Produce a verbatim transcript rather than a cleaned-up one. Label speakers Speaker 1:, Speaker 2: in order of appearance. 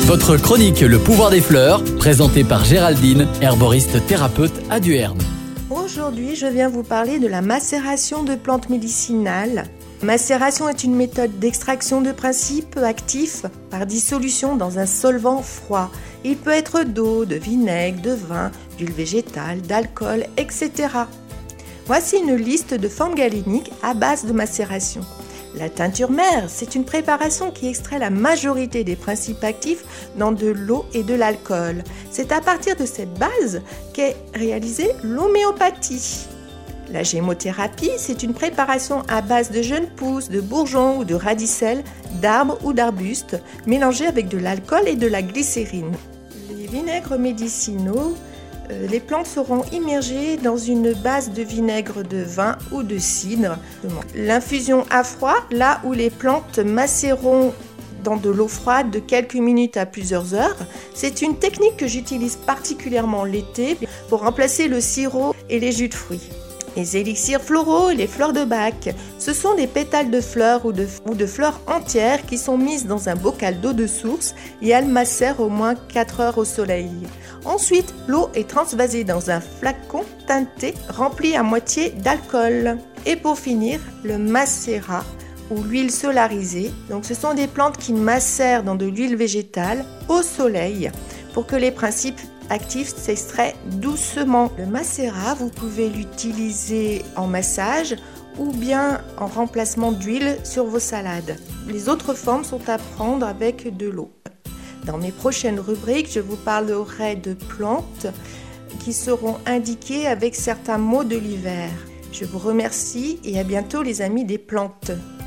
Speaker 1: Votre chronique Le pouvoir des fleurs, présentée par Géraldine, herboriste thérapeute à Duerne.
Speaker 2: Aujourd'hui, je viens vous parler de la macération de plantes médicinales. Macération est une méthode d'extraction de principes actifs par dissolution dans un solvant froid. Il peut être d'eau, de vinaigre, de vin, d'huile végétale, d'alcool, et cetera. Voici une liste de formes galéniques à base de macération. La teinture mère, c'est une préparation qui extrait la majorité des principes actifs dans de l'eau et de l'alcool. C'est à partir de cette base qu'est réalisée l'homéopathie. La gémothérapie, c'est une préparation à base de jeunes pousses, de bourgeons ou de radicelles, d'arbres ou d'arbustes, mélangés avec de l'alcool et de la glycérine. Les vinaigres médicinaux, euh, les plantes seront immergées dans une base de vinaigre de vin ou de cidre. L'infusion à froid, là où les plantes macéreront dans de l'eau froide de quelques minutes à plusieurs heures, c'est une technique que j'utilise particulièrement l'été pour remplacer le sirop et les jus de fruits. Les élixirs floraux et les fleurs de bac, ce sont des pétales de fleurs ou de, ou de fleurs entières qui sont mises dans un bocal d'eau de source et elles macèrent au moins quatre heures au soleil. Ensuite, l'eau est transvasée dans un flacon teinté rempli à moitié d'alcool. Et pour finir, le macérat ou l'huile solarisée. Donc, ce sont des plantes qui macèrent dans de l'huile végétale au soleil pour que les principes actifs s'extraient doucement. Le macérat, vous pouvez l'utiliser en massage ou bien en remplacement d'huile sur vos salades. Les autres formes sont à prendre avec de l'eau. Dans mes prochaines rubriques, je vous parlerai de plantes qui seront indiquées avec certains mots de l'hiver. Je vous remercie et à bientôt les amis des plantes.